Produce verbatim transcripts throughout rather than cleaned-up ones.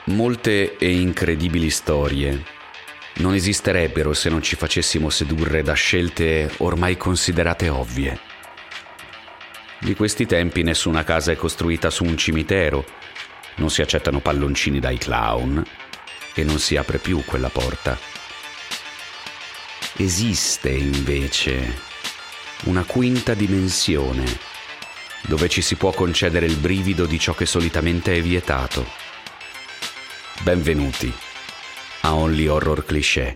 Molte e incredibili storie non esisterebbero se non ci facessimo sedurre da scelte ormai considerate ovvie. Di questi tempi nessuna casa è costruita su un cimitero, non si accettano palloncini dai clown e non si apre più quella porta. Esiste invece una quinta dimensione dove ci si può concedere il brivido di ciò che solitamente è vietato. Benvenuti a Only Horror Cliché.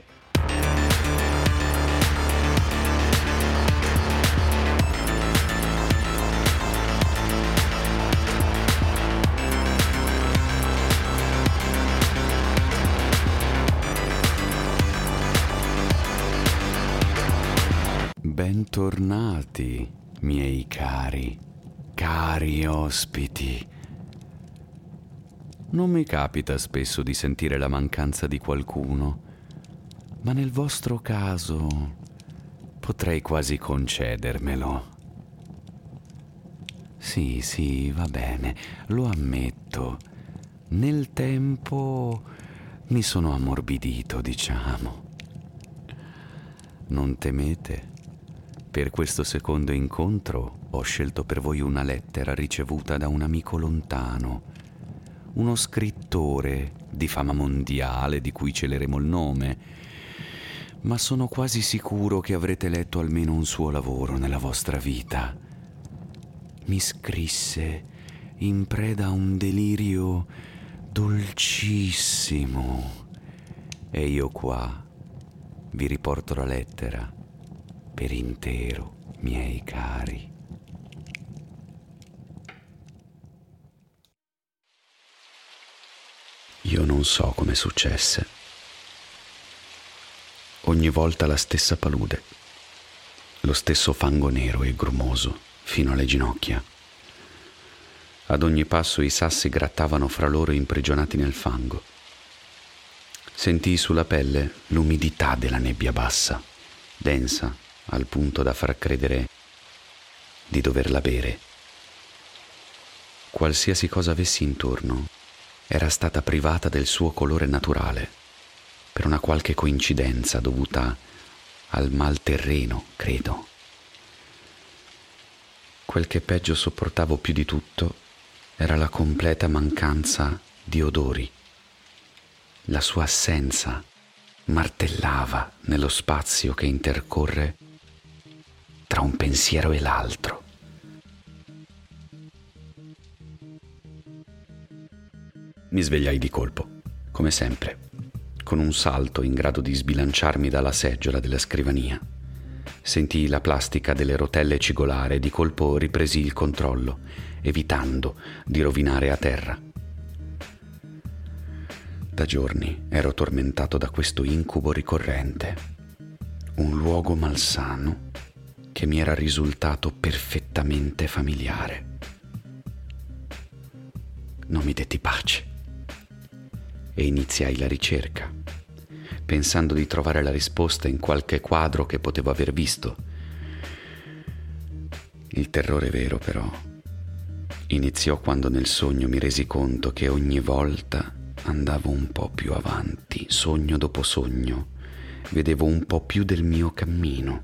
Bentornati, miei cari, cari ospiti. Non mi capita spesso di sentire la mancanza di qualcuno, ma nel vostro caso potrei quasi concedermelo. Sì, sì, va bene, lo ammetto. Nel tempo mi sono ammorbidito, diciamo. Non temete. Per questo secondo incontro ho scelto per voi una lettera ricevuta da un amico lontano, uno scrittore di fama mondiale di cui celeremo il nome, ma sono quasi sicuro che avrete letto almeno un suo lavoro nella vostra vita. Mi scrisse in preda a un delirio dolcissimo e io qua vi riporto la lettera per intero, miei cari. Io non so come successe. Ogni volta la stessa palude, lo stesso fango nero e grumoso fino alle ginocchia. Ad ogni passo i sassi grattavano fra loro imprigionati nel fango. Sentii sulla pelle l'umidità della nebbia bassa, densa al punto da far credere di doverla bere. Qualsiasi cosa avessi intorno era stata privata del suo colore naturale, per una qualche coincidenza dovuta al mal terreno, credo. Quel che peggio sopportavo più di tutto era la completa mancanza di odori. La sua assenza martellava nello spazio che intercorre tra un pensiero e l'altro. Mi svegliai di colpo, come sempre, con un salto in grado di sbilanciarmi dalla seggiola della scrivania. Sentii la plastica delle rotelle cigolare e di colpo ripresi il controllo, evitando di rovinare a terra. Da giorni ero tormentato da questo incubo ricorrente, un luogo malsano che mi era risultato perfettamente familiare. Non mi detti pace e iniziai la ricerca, pensando di trovare la risposta in qualche quadro che potevo aver visto. Il terrore vero, però, iniziò quando nel sogno mi resi conto che ogni volta andavo un po' più avanti, sogno dopo sogno, vedevo un po' più del mio cammino.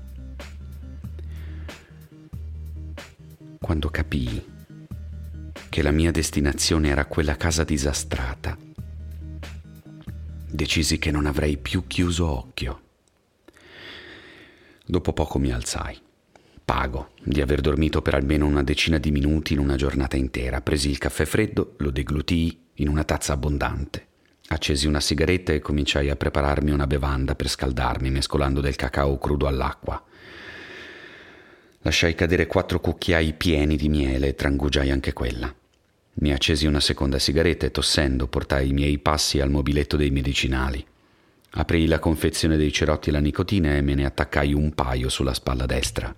Quando capii che la mia destinazione era quella casa disastrata, decisi che non avrei più chiuso occhio. Dopo poco mi alzai, pago di aver dormito per almeno una decina di minuti in una giornata intera. Presi il caffè freddo, lo deglutii in una tazza abbondante. Accesi una sigaretta e cominciai a prepararmi una bevanda per scaldarmi, mescolando del cacao crudo all'acqua. Lasciai cadere quattro cucchiai pieni di miele e trangugiai anche quella. Mi accesi una seconda sigaretta e tossendo portai i miei passi al mobiletto dei medicinali. Aprii la confezione dei cerotti alla nicotina e me ne attaccai un paio sulla spalla destra.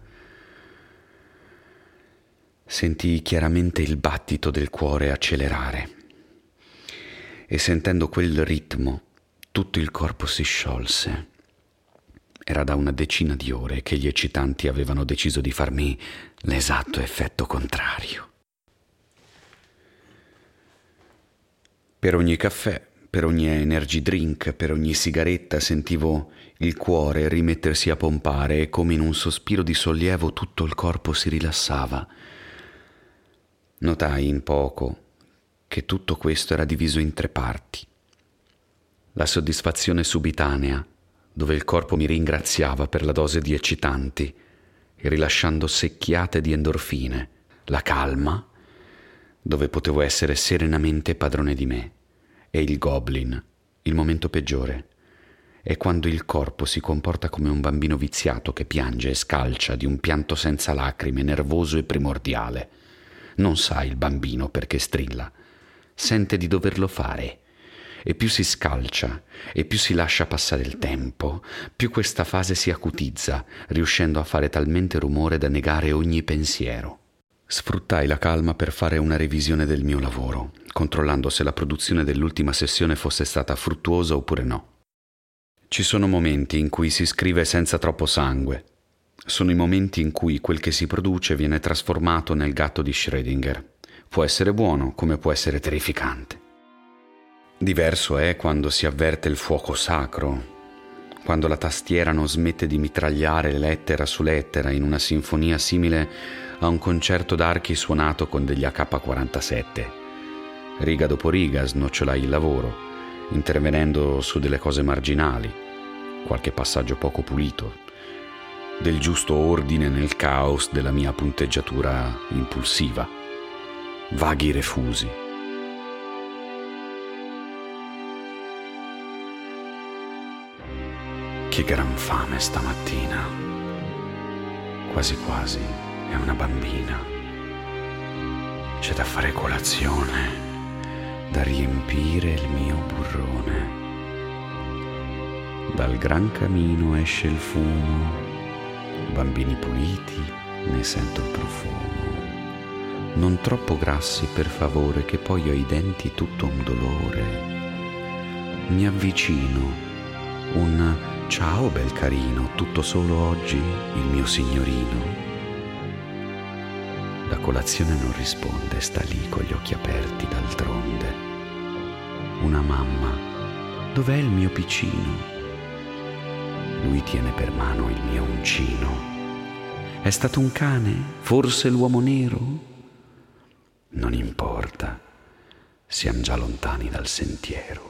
Sentii chiaramente il battito del cuore accelerare e sentendo quel ritmo tutto il corpo si sciolse. Era da una decina di ore che gli eccitanti avevano deciso di farmi l'esatto effetto contrario. Per ogni caffè Per ogni energy drink, per ogni sigaretta sentivo il cuore rimettersi a pompare e come in un sospiro di sollievo tutto il corpo si rilassava. Notai in poco che tutto questo era diviso in tre parti. La soddisfazione subitanea, dove il corpo mi ringraziava per la dose di eccitanti e rilasciando secchiate di endorfine. La calma, dove potevo essere serenamente padrone di me. E il goblin, il momento peggiore, è quando il corpo si comporta come un bambino viziato che piange e scalcia di un pianto senza lacrime, nervoso e primordiale. Non sa il bambino perché strilla, sente di doverlo fare. E più si scalcia e più si lascia passare il tempo, più questa fase si acutizza, riuscendo a fare talmente rumore da negare ogni pensiero. Sfruttai la calma per fare una revisione del mio lavoro, controllando se la produzione dell'ultima sessione fosse stata fruttuosa oppure no. Ci sono momenti in cui si scrive senza troppo sangue. Sono i momenti in cui quel che si produce viene trasformato nel gatto di Schrödinger. Può essere buono come può essere terrificante. Diverso è quando si avverte il fuoco sacro, quando la tastiera non smette di mitragliare lettera su lettera in una sinfonia simile a un concerto d'archi suonato con degli A K quarantasette. Riga dopo riga snocciolai il lavoro, intervenendo su delle cose marginali, qualche passaggio poco pulito, del giusto ordine nel caos della mia punteggiatura impulsiva, vaghi refusi. Che gran fame stamattina, quasi quasi è una bambina. C'è da fare colazione, da riempire il mio burrone. Dal gran camino esce il fumo, bambini puliti, ne sento il profumo. Non troppo grassi per favore, che poi ho i denti tutto un dolore. Mi avvicino, un ciao bel carino, tutto solo oggi, il mio signorino. La colazione non risponde, sta lì con gli occhi aperti d'altronde. Una mamma, dov'è il mio piccino? Lui tiene per mano il mio uncino. È stato un cane? Forse l'uomo nero? Non importa, siamo già lontani dal sentiero.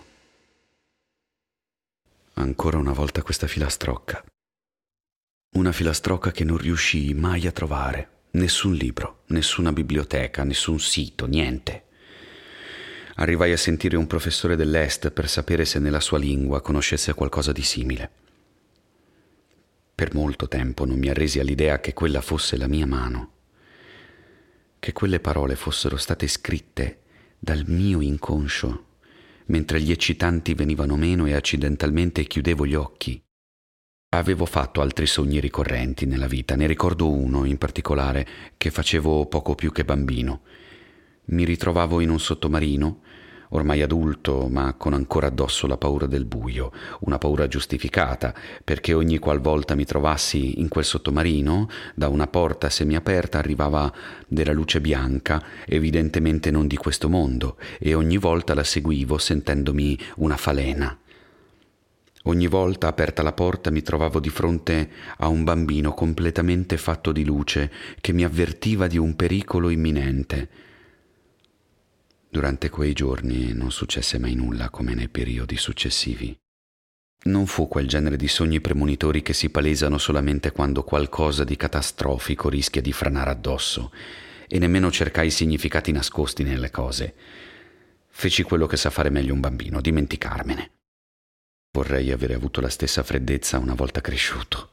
Ancora una volta questa filastrocca. Una filastrocca che non riuscii mai a trovare. Nessun libro, nessuna biblioteca, nessun sito, niente. Arrivai a sentire un professore dell'Est per sapere se nella sua lingua conoscesse qualcosa di simile. Per molto tempo non mi arresi all'idea che quella fosse la mia mano, che quelle parole fossero state scritte dal mio inconscio, mentre gli eccitanti venivano meno e accidentalmente chiudevo gli occhi. Avevo fatto altri sogni ricorrenti nella vita, ne ricordo uno in particolare che facevo poco più che bambino. Mi ritrovavo in un sottomarino, ormai adulto, ma con ancora addosso la paura del buio, una paura giustificata, perché ogni qualvolta mi trovassi in quel sottomarino, da una porta semiaperta arrivava della luce bianca, evidentemente non di questo mondo, e ogni volta la seguivo sentendomi una falena. Ogni volta aperta la porta mi trovavo di fronte a un bambino completamente fatto di luce che mi avvertiva di un pericolo imminente. Durante quei giorni non successe mai nulla come nei periodi successivi. Non fu quel genere di sogni premonitori che si palesano solamente quando qualcosa di catastrofico rischia di franare addosso, e nemmeno cercai significati nascosti nelle cose. Feci quello che sa fare meglio un bambino, dimenticarmene. Vorrei avere avuto la stessa freddezza una volta cresciuto.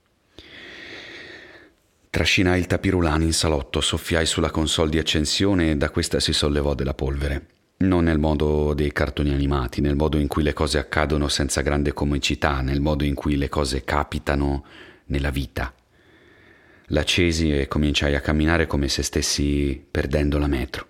Trascinai il tapirulano in salotto, soffiai sulla console di accensione e da questa si sollevò della polvere. Non nel modo dei cartoni animati, nel modo in cui le cose accadono senza grande comicità, nel modo in cui le cose capitano nella vita. L'accesi e cominciai a camminare come se stessi perdendo la metro.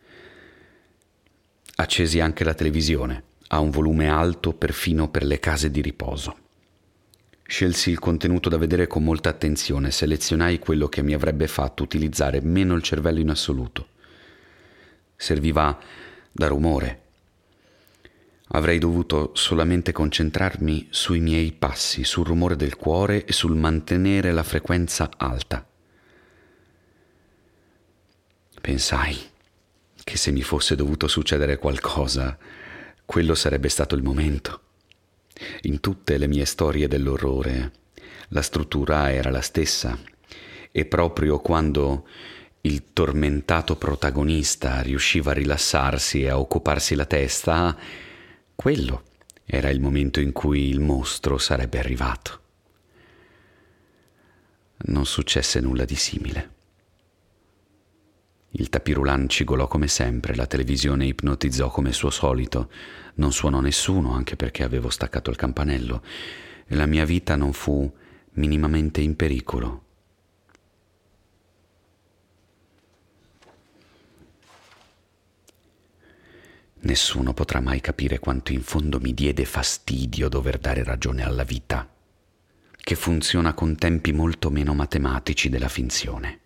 Accesi anche la televisione, a un volume alto perfino per le case di riposo. Scelsi il contenuto da vedere con molta attenzione, selezionai quello che mi avrebbe fatto utilizzare meno il cervello in assoluto. Serviva da rumore. Avrei dovuto solamente concentrarmi sui miei passi, sul rumore del cuore e sul mantenere la frequenza alta. Pensai che se mi fosse dovuto succedere qualcosa, quello sarebbe stato il momento. In tutte le mie storie dell'orrore, la struttura era la stessa, e proprio quando il tormentato protagonista riusciva a rilassarsi e a occuparsi la testa, quello era il momento in cui il mostro sarebbe arrivato. Non successe nulla di simile. Il tapirulan cigolò come sempre, la televisione ipnotizzò come suo solito, non suonò nessuno anche perché avevo staccato il campanello e la mia vita non fu minimamente in pericolo. Nessuno potrà mai capire quanto in fondo mi diede fastidio dover dare ragione alla vita, che funziona con tempi molto meno matematici della finzione.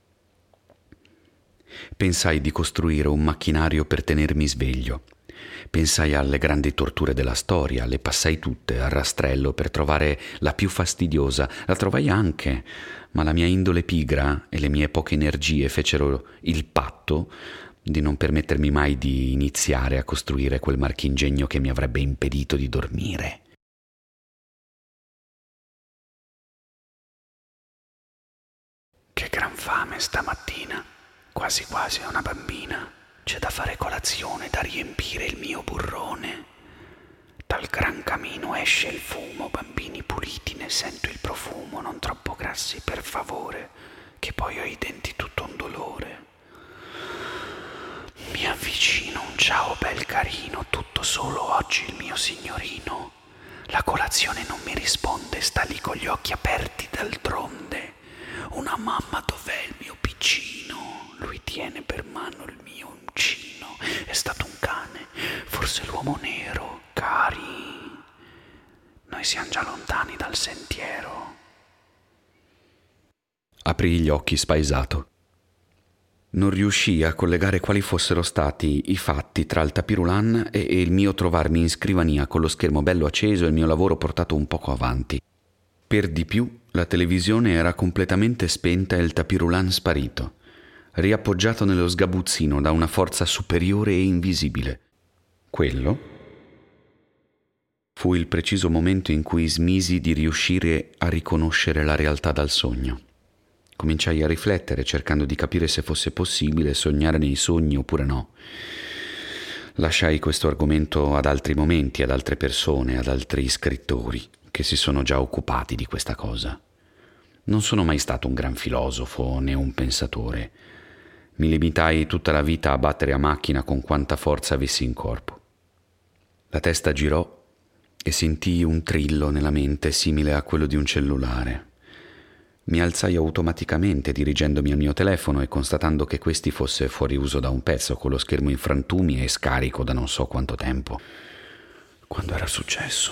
Pensai di costruire un macchinario per tenermi sveglio. Pensai alle grandi torture della storia, le passai tutte a rastrello per trovare la più fastidiosa. La trovai anche, ma la mia indole pigra e le mie poche energie fecero il patto di non permettermi mai di iniziare a costruire quel marchingegno che mi avrebbe impedito di dormire. Che gran fame stamattina, quasi quasi una bambina. C'è da fare colazione, da riempire il mio burrone. Dal gran camino esce il fumo, bambini puliti, ne sento il profumo, non troppo grassi per favore, che poi ho i denti tutto un dolore. Mi avvicino, un ciao bel carino, tutto solo oggi il mio signorino. La colazione non mi risponde, sta lì con gli occhi aperti d'altronde. Una mamma, dov'è il mio piccino? Lui tiene per mano il mio uncino. È stato un cane, forse l'uomo nero, cari. Noi siamo già lontani dal sentiero. Aprì gli occhi spaesato. Non riuscii a collegare quali fossero stati i fatti tra il tapirulan e, e il mio trovarmi in scrivania con lo schermo bello acceso e il mio lavoro portato un poco avanti. Per di più, la televisione era completamente spenta e il tapirulan sparito, riappoggiato nello sgabuzzino da una forza superiore e invisibile. Quello fu il preciso momento in cui smisi di riuscire a riconoscere la realtà dal sogno. Cominciai a riflettere cercando di capire se fosse possibile sognare nei sogni oppure no. Lasciai questo argomento ad altri momenti, ad altre persone, ad altri scrittori che si sono già occupati di questa cosa. Non sono mai stato un gran filosofo né un pensatore. Mi limitai tutta la vita a battere a macchina con quanta forza avessi in corpo. La testa girò e sentii un trillo nella mente simile a quello di un cellulare. Mi alzai automaticamente dirigendomi al mio telefono e constatando che questi fosse fuori uso da un pezzo, con lo schermo in frantumi e scarico da non so quanto tempo. Quando era successo?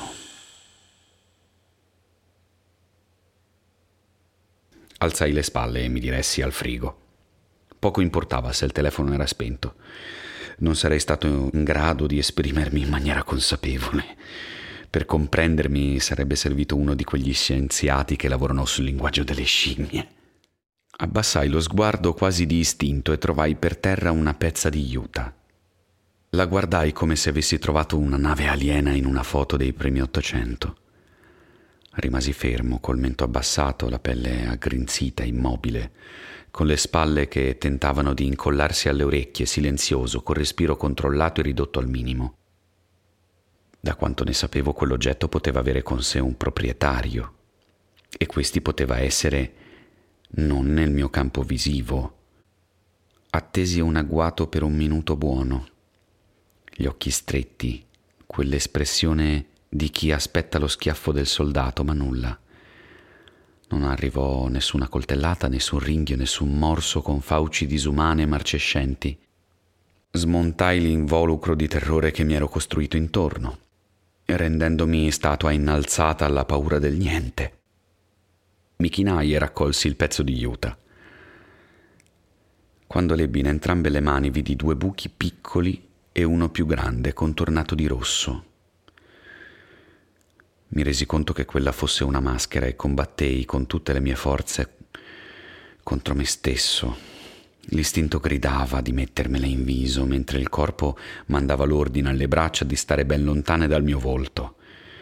Alzai le spalle e mi diressi al frigo. Poco importava se il telefono era spento. Non sarei stato in grado di esprimermi in maniera consapevole. Per comprendermi sarebbe servito uno di quegli scienziati che lavorano sul linguaggio delle scimmie. Abbassai lo sguardo quasi di istinto e trovai per terra una pezza di juta. La guardai come se avessi trovato una nave aliena in una foto dei primi Ottocento. Rimasi fermo, col mento abbassato, la pelle aggrinzita, immobile, con le spalle che tentavano di incollarsi alle orecchie, silenzioso, col respiro controllato e ridotto al minimo. Da quanto ne sapevo, quell'oggetto poteva avere con sé un proprietario, e questi poteva essere non nel mio campo visivo. Attesi un agguato per un minuto buono. Gli occhi stretti, quell'espressione di chi aspetta lo schiaffo del soldato, ma nulla. Non arrivò nessuna coltellata, nessun ringhio, nessun morso con fauci disumane e marcescenti. Smontai l'involucro di terrore che mi ero costruito intorno, rendendomi statua innalzata alla paura del niente. Mi chinai e raccolsi il pezzo di juta. Quando l'ebbi in entrambe le mani vidi due buchi piccoli e uno più grande, contornato di rosso. Mi resi conto che quella fosse una maschera e combattei con tutte le mie forze contro me stesso. L'istinto gridava di mettermela in viso, mentre il corpo mandava l'ordine alle braccia di stare ben lontane dal mio volto.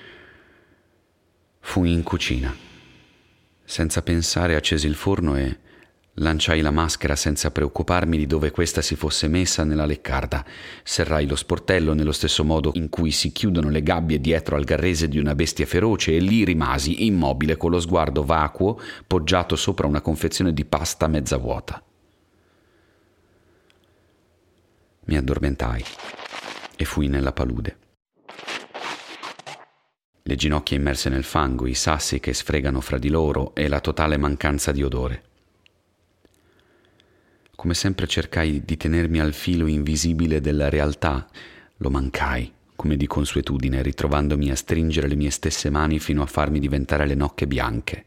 Fui in cucina. Senza pensare accesi il forno e lanciai la maschera senza preoccuparmi di dove questa si fosse messa nella leccarda. Serrai lo sportello nello stesso modo in cui si chiudono le gabbie dietro al garrese di una bestia feroce e lì rimasi immobile con lo sguardo vacuo poggiato sopra una confezione di pasta mezza vuota. Mi addormentai e fui nella palude. Le ginocchia immerse nel fango, i sassi che sfregano fra di loro e la totale mancanza di odore. Come sempre cercai di tenermi al filo invisibile della realtà. Lo mancai, come di consuetudine, ritrovandomi a stringere le mie stesse mani fino a farmi diventare le nocche bianche.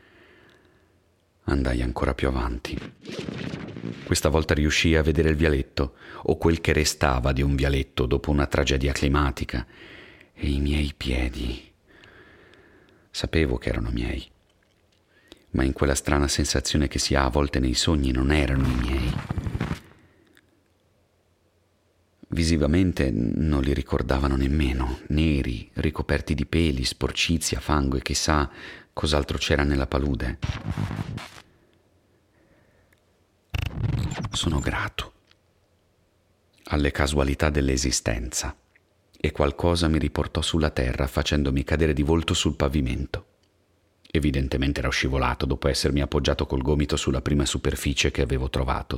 Andai ancora più avanti. Questa volta riuscii a vedere il vialetto, o quel che restava di un vialetto dopo una tragedia climatica, e i miei piedi. Sapevo che erano miei, ma in quella strana sensazione che si ha a volte nei sogni non erano i miei. Visivamente non li ricordavano nemmeno, neri, ricoperti di peli, sporcizia, fango e chissà cos'altro c'era nella palude. Sono grato alle casualità dell'esistenza e qualcosa mi riportò sulla terra facendomi cadere di volto sul pavimento. Evidentemente ero scivolato dopo essermi appoggiato col gomito sulla prima superficie che avevo trovato.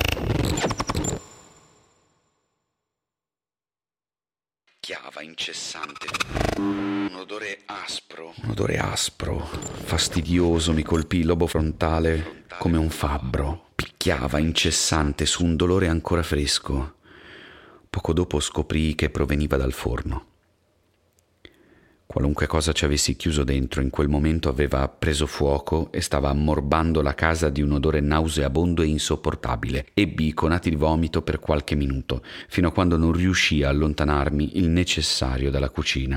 Chiava incessante, un odore aspro, un odore aspro, fastidioso mi colpì il lobo frontale come un fabbro. Picchiava incessante su un dolore ancora fresco. Poco dopo scoprii che proveniva dal forno. Qualunque cosa ci avessi chiuso dentro in quel momento aveva preso fuoco e stava ammorbando la casa di un odore nauseabondo e insopportabile. Ebbi conati di vomito per qualche minuto, fino a quando non riuscii a allontanarmi il necessario dalla cucina.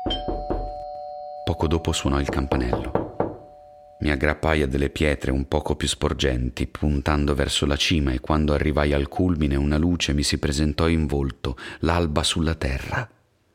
Poco dopo suonò il campanello. Mi aggrappai a delle pietre un poco più sporgenti, puntando verso la cima, e quando arrivai al culmine una luce mi si presentò in volto, l'alba sulla terra.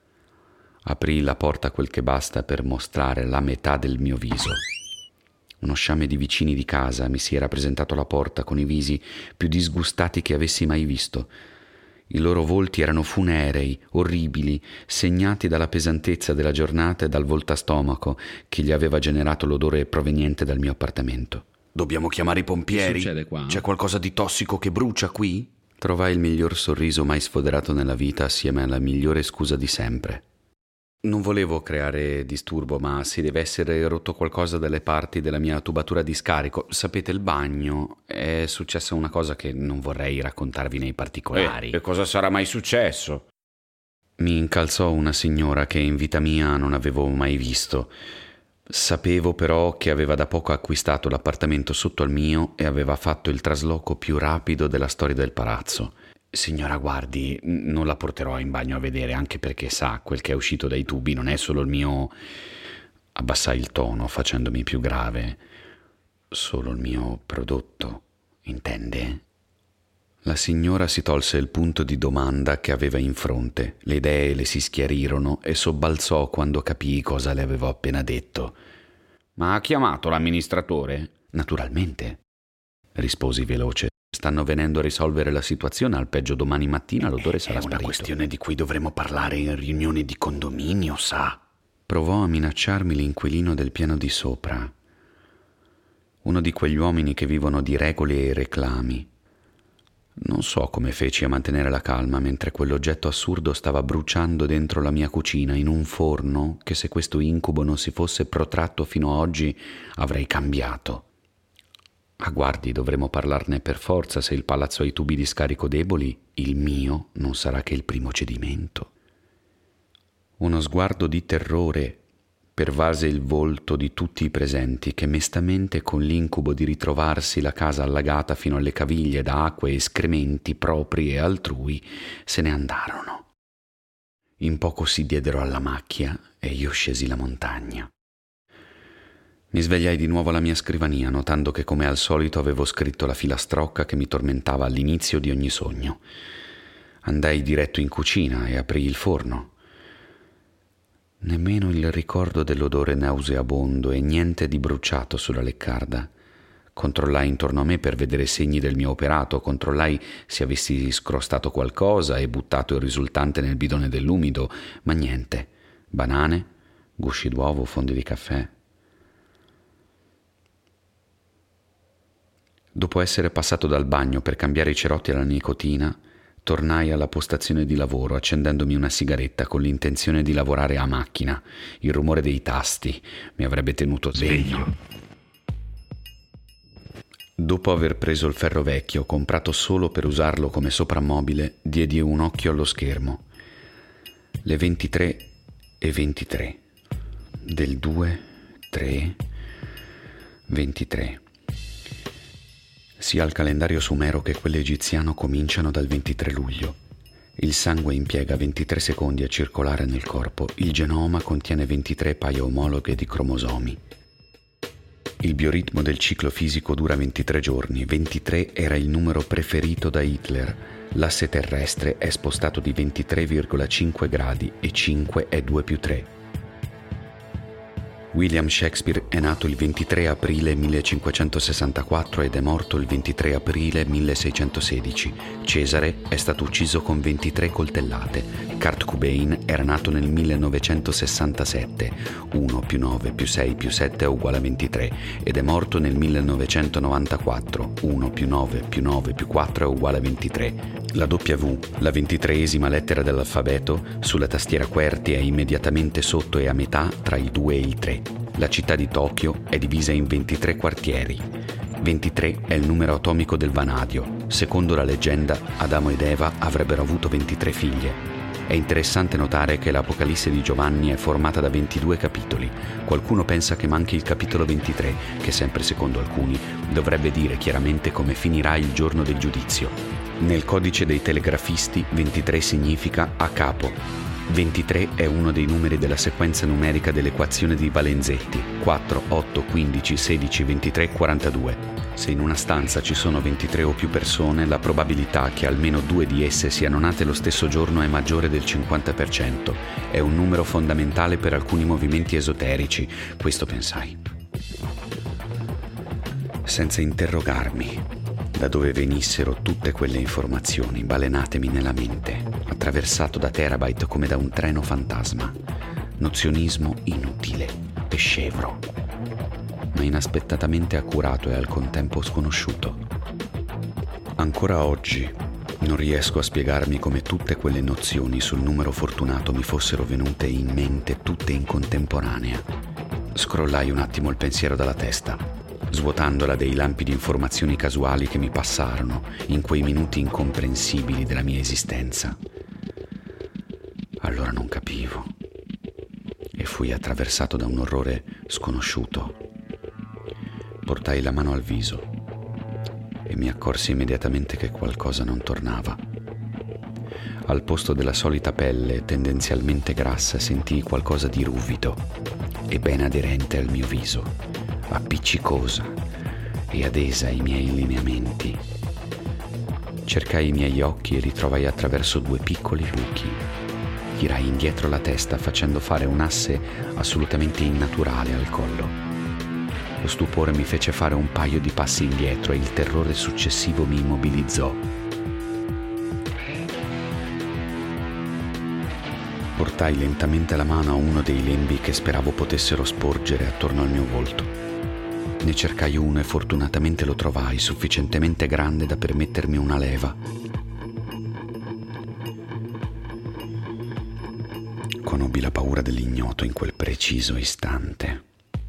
Aprii la porta quel che basta per mostrare la metà del mio viso. Uno sciame di vicini di casa mi si era presentato alla porta con i visi più disgustati che avessi mai visto. I loro volti erano funerei, orribili, segnati dalla pesantezza della giornata e dal voltastomaco che gli aveva generato l'odore proveniente dal mio appartamento. «Dobbiamo chiamare i pompieri? Che succede qua? C'è qualcosa di tossico che brucia qui?» Trovai il miglior sorriso mai sfoderato nella vita assieme alla migliore scusa di sempre. Non volevo creare disturbo, ma si deve essere rotto qualcosa dalle parti della mia tubatura di scarico. Sapete, il bagno è successa una cosa che non vorrei raccontarvi nei particolari. Eh, e cosa sarà mai successo? Mi incalzò una signora che in vita mia non avevo mai visto. Sapevo però che aveva da poco acquistato l'appartamento sotto al mio e aveva fatto il trasloco più rapido della storia del palazzo. «Signora, guardi, non la porterò in bagno a vedere, anche perché sa, quel che è uscito dai tubi non è solo il mio...» Abbassai il tono, facendomi più grave. «Solo il mio prodotto, intende?» La signora si tolse il punto di domanda che aveva in fronte. Le idee le si schiarirono e sobbalzò quando capii cosa le avevo appena detto. «Ma ha chiamato l'amministratore?» «Naturalmente», risposi veloce. «Stanno venendo a risolvere la situazione, al peggio domani mattina l'odore sarà sparito». «È una questione di cui dovremo parlare in riunione di condominio, sa?» Provò a minacciarmi l'inquilino del piano di sopra. Uno di quegli uomini che vivono di regole e reclami. Non so come feci a mantenere la calma mentre quell'oggetto assurdo stava bruciando dentro la mia cucina, in un forno che, se questo incubo non si fosse protratto fino a oggi, avrei cambiato. Ah, guardi, dovremo parlarne per forza. Se il palazzo ha i tubi di scarico deboli, il mio non sarà che il primo cedimento. Uno sguardo di terrore pervase il volto di tutti i presenti, che mestamente, con l'incubo di ritrovarsi la casa allagata fino alle caviglie da acque e escrementi propri e altrui, se ne andarono. In poco si diedero alla macchia e io scesi la montagna. Mi svegliai di nuovo alla mia scrivania, notando che come al solito avevo scritto la filastrocca che mi tormentava all'inizio di ogni sogno. Andai diretto in cucina e aprii il forno. Nemmeno il ricordo dell'odore nauseabondo e niente di bruciato sulla leccarda. Controllai intorno a me per vedere segni del mio operato, controllai se avessi scrostato qualcosa e buttato il risultante nel bidone dell'umido, ma niente. Banane, gusci d'uovo, fondi di caffè. Dopo essere passato dal bagno per cambiare i cerotti alla nicotina, tornai alla postazione di lavoro accendendomi una sigaretta con l'intenzione di lavorare a macchina. Il rumore dei tasti mi avrebbe tenuto sveglio. Dopo aver preso il ferro vecchio, comprato solo per usarlo come soprammobile, diedi un occhio allo schermo. Le ventitré e ventitré. Del due, tre, ventitré. Sia il calendario sumero che quello egiziano cominciano dal ventitré luglio. Il sangue impiega ventitré secondi a circolare nel corpo. Il genoma contiene ventitré paia omologhe di cromosomi. Il bioritmo del ciclo fisico dura ventitré giorni. ventitré era il numero preferito da Hitler. L'asse terrestre è spostato di ventitré virgola cinque gradi e cinque è due più tre. William Shakespeare è nato il ventitré aprile millecinquecentosessantaquattro ed è morto il ventitré aprile milleseicentosedici. Cesare è stato ucciso con ventitré coltellate. Kurt Cobain era nato nel millenovecentosessantasette. uno più nove più sei più sette è uguale a ventitré ed è morto nel millenovecentonovantaquattro. uno più nove più nove più quattro è uguale a ventitré. La W, la ventitreesima lettera dell'alfabeto, sulla tastiera QWERTY è immediatamente sotto e a metà tra i due e i tre. La città di Tokyo è divisa in ventitré quartieri. ventitré è il numero atomico del vanadio. Secondo la leggenda, Adamo ed Eva avrebbero avuto ventitré figlie. È interessante notare che l'Apocalisse di Giovanni è formata da ventidue capitoli. Qualcuno pensa che manchi il capitolo ventitré, che sempre secondo alcuni dovrebbe dire chiaramente come finirà il giorno del giudizio. Nel codice dei telegrafisti ventitré significa a capo. ventitré è uno dei numeri della sequenza numerica dell'equazione di Valenzetti, quattro, otto, quindici, sedici, ventitré, quarantadue. Se in una stanza ci sono ventitré o più persone, la probabilità che almeno due di esse siano nate lo stesso giorno è maggiore del cinquanta per cento. È un numero fondamentale per alcuni movimenti esoterici, questo pensai. Senza interrogarmi da dove venissero tutte quelle informazioni balenatemi nella mente, attraversato da terabyte come da un treno fantasma. Nozionismo inutile e scevro, ma inaspettatamente accurato e al contempo sconosciuto. Ancora oggi non riesco a spiegarmi come tutte quelle nozioni sul numero fortunato mi fossero venute in mente tutte in contemporanea. Scrollai un attimo il pensiero dalla testa, svuotandola dei lampi di informazioni casuali che mi passarono in quei minuti incomprensibili della mia esistenza. Allora non capivo e fui attraversato da un orrore sconosciuto. Portai la mano al viso e mi accorsi immediatamente che qualcosa non tornava. Al posto della solita pelle tendenzialmente grassa sentii qualcosa di ruvido e ben aderente al mio viso, appiccicosa e adesa ai miei lineamenti. Cercai i miei occhi e li trovai attraverso due piccoli buchi. Tirai indietro la testa facendo fare un asse assolutamente innaturale al collo. Lo stupore mi fece fare un paio di passi indietro e il terrore successivo mi immobilizzò. Portai lentamente la mano a uno dei lembi che speravo potessero sporgere attorno al mio volto. Ne cercai uno e fortunatamente lo trovai sufficientemente grande da permettermi una leva. Conobbi la paura dell'ignoto in quel preciso istante.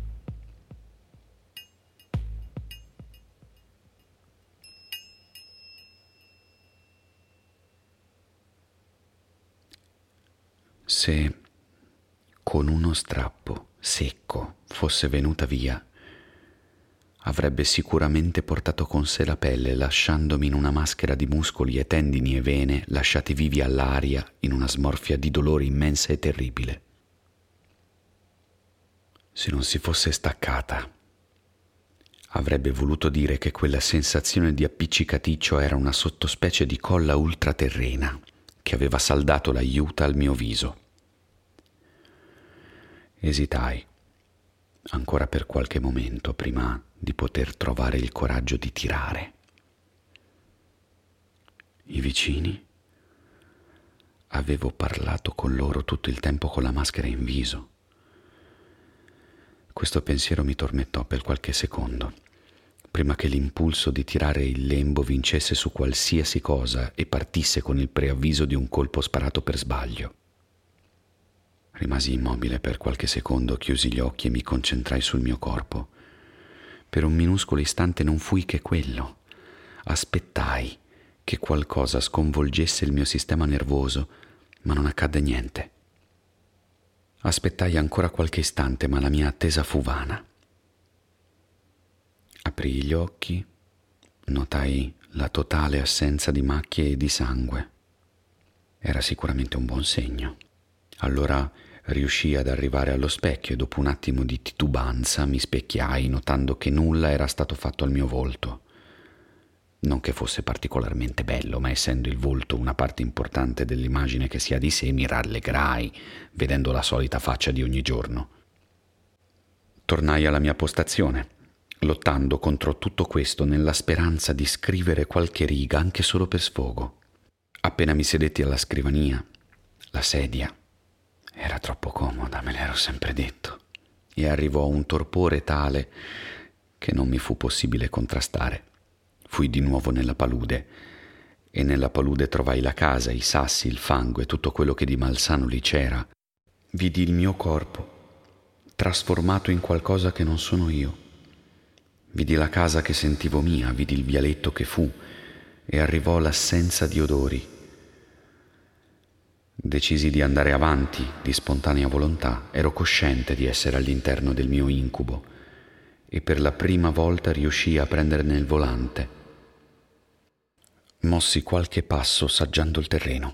Se con uno strappo secco fosse venuta via avrebbe sicuramente portato con sé la pelle, lasciandomi in una maschera di muscoli e tendini e vene lasciati vivi all'aria in una smorfia di dolore immensa e terribile. Se non si fosse staccata, avrebbe voluto dire che quella sensazione di appiccicaticcio era una sottospecie di colla ultraterrena che aveva saldato la juta al mio viso. Esitai ancora per qualche momento prima di poter trovare il coraggio di tirare. I vicini? Avevo parlato con loro tutto il tempo con la maschera in viso. Questo pensiero mi tormentò per qualche secondo, prima che l'impulso di tirare il lembo vincesse su qualsiasi cosa e partisse con il preavviso di un colpo sparato per sbaglio. Rimasi immobile per qualche secondo, chiusi gli occhi e mi concentrai sul mio corpo. Per un minuscolo istante non fui che quello. Aspettai che qualcosa sconvolgesse il mio sistema nervoso, ma non accadde niente. Aspettai ancora qualche istante, ma la mia attesa fu vana. Aprii gli occhi, notai la totale assenza di macchie e di sangue. Era sicuramente un buon segno. Allora riuscii ad arrivare allo specchio e dopo un attimo di titubanza mi specchiai, notando che nulla era stato fatto al mio volto. Non che fosse particolarmente bello, ma essendo il volto una parte importante dell'immagine che si ha di sé, mi rallegrai vedendo la solita faccia di ogni giorno. Tornai alla mia postazione, lottando contro tutto questo nella speranza di scrivere qualche riga anche solo per sfogo. Appena mi sedetti alla scrivania, la sedia era troppo comoda, me l'ero sempre detto, e arrivò un torpore tale che non mi fu possibile contrastare. Fui di nuovo nella palude, e nella palude trovai la casa, i sassi, il fango e tutto quello che di malsano lì c'era. Vidi il mio corpo, trasformato in qualcosa che non sono io. Vidi la casa che sentivo mia, vidi il vialetto che fu, e arrivò l'assenza di odori. Decisi di andare avanti di spontanea volontà. Ero cosciente di essere all'interno del mio incubo e per la prima volta riuscii a prenderne il volante. Mossi qualche passo saggiando il terreno.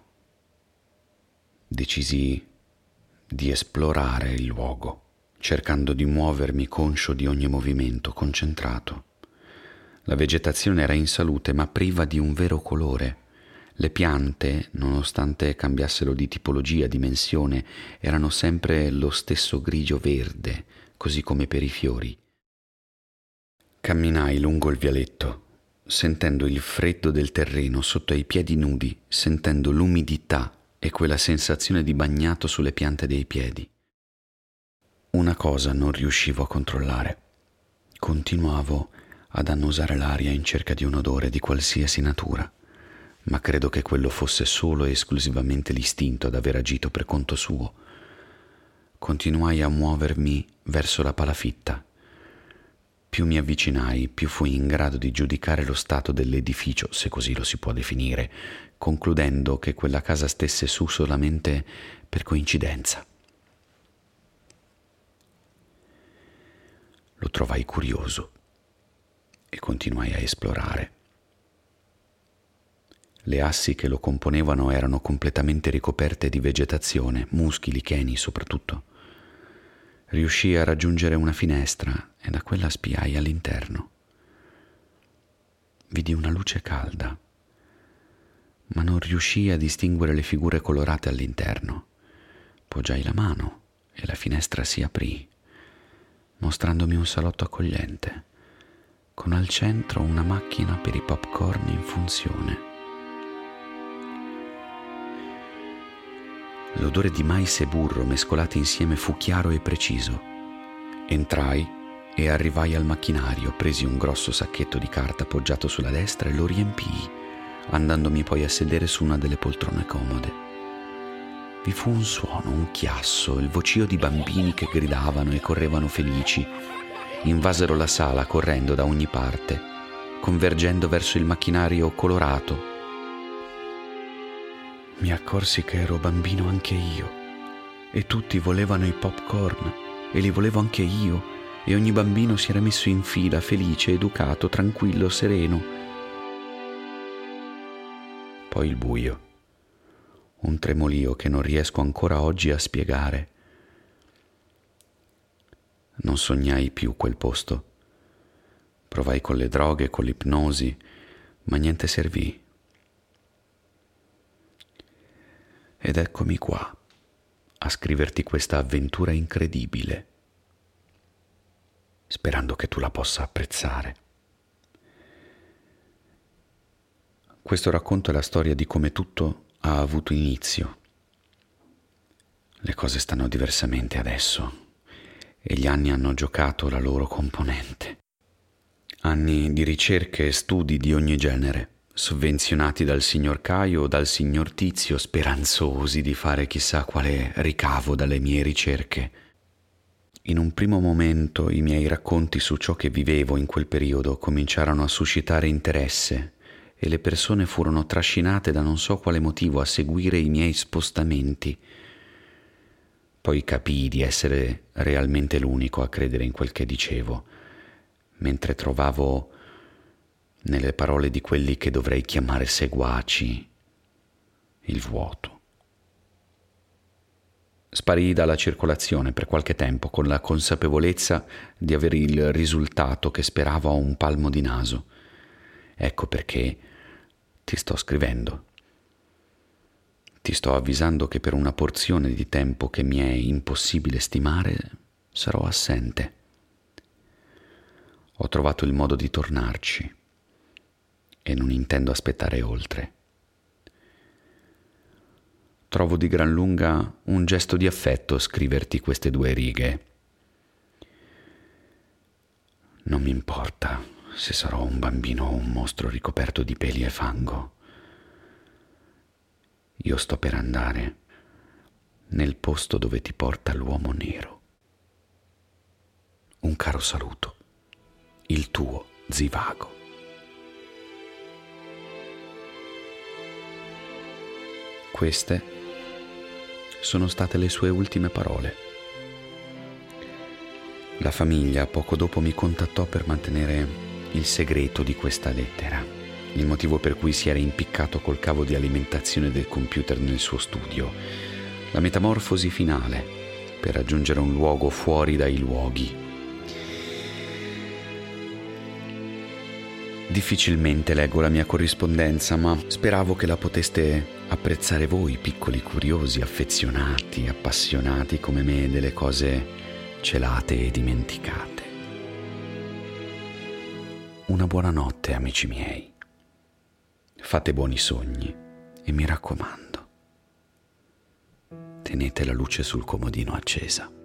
Decisi di esplorare il luogo, cercando di muovermi conscio di ogni movimento, concentrato. La vegetazione era in salute ma priva di un vero colore. Le piante, nonostante cambiassero di tipologia, dimensione, erano sempre lo stesso grigio verde, così come per i fiori. Camminai lungo il vialetto, sentendo il freddo del terreno sotto ai piedi nudi, sentendo l'umidità e quella sensazione di bagnato sulle piante dei piedi. Una cosa non riuscivo a controllare. Continuavo ad annusare l'aria in cerca di un odore di qualsiasi natura. Ma credo che quello fosse solo e esclusivamente l'istinto ad aver agito per conto suo. Continuai a muovermi verso la palafitta. Più mi avvicinai, più fui in grado di giudicare lo stato dell'edificio, se così lo si può definire, concludendo che quella casa stesse su solamente per coincidenza. Lo trovai curioso e continuai a esplorare. Le assi che lo componevano erano completamente ricoperte di vegetazione, muschi, licheni soprattutto. Riuscii a raggiungere una finestra e da quella spiai all'interno. Vidi una luce calda, ma non riuscii a distinguere le figure colorate all'interno. Poggiai la mano e la finestra si aprì, mostrandomi un salotto accogliente, con al centro una macchina per i popcorn in funzione. L'odore di mais e burro mescolati insieme fu chiaro e preciso. Entrai e arrivai al macchinario, presi un grosso sacchetto di carta appoggiato sulla destra e lo riempii, andandomi poi a sedere su una delle poltrone comode. Vi fu un suono, un chiasso, il vocio di bambini che gridavano e correvano felici. Invasero la sala correndo da ogni parte, convergendo verso il macchinario colorato. Mi accorsi che ero bambino anche io, e tutti volevano i popcorn, e li volevo anche io, e ogni bambino si era messo in fila, felice, educato, tranquillo, sereno. Poi il buio, un tremolio che non riesco ancora oggi a spiegare. Non sognai più quel posto. Provai con le droghe, con l'ipnosi, ma niente servì. Ed eccomi qua, a scriverti questa avventura incredibile, sperando che tu la possa apprezzare. Questo racconto è la storia di come tutto ha avuto inizio. Le cose stanno diversamente adesso e gli anni hanno giocato la loro componente. Anni di ricerche e studi di ogni genere, sovvenzionati dal signor Caio o dal signor Tizio, speranzosi di fare chissà quale ricavo dalle mie ricerche. In un primo momento i miei racconti su ciò che vivevo in quel periodo cominciarono a suscitare interesse e le persone furono trascinate da non so quale motivo a seguire i miei spostamenti. Poi capii di essere realmente l'unico a credere in quel che dicevo, mentre trovavo nelle parole di quelli che dovrei chiamare seguaci il vuoto. Sparii dalla circolazione per qualche tempo con la consapevolezza di avere il risultato che speravo a un palmo di naso. Ecco perché ti sto scrivendo. Ti sto avvisando che per una porzione di tempo che mi è impossibile stimare sarò assente. Ho trovato il modo di tornarci e non intendo aspettare oltre. Trovo di gran lunga un gesto di affetto scriverti queste due righe. Non mi importa se sarò un bambino o un mostro ricoperto di peli e fango. Io sto per andare nel posto dove ti porta l'uomo nero. Un caro saluto, il tuo Zivago. Queste sono state le sue ultime parole. La famiglia poco dopo mi contattò per mantenere il segreto di questa lettera. Il motivo per cui si era impiccato col cavo di alimentazione del computer nel suo studio. La metamorfosi finale per raggiungere un luogo fuori dai luoghi. Difficilmente leggo la mia corrispondenza, ma speravo che la poteste apprezzare voi, piccoli curiosi, affezionati, appassionati come me delle cose celate e dimenticate. Una buona notte, amici miei. Fate buoni sogni e mi raccomando, tenete la luce sul comodino accesa.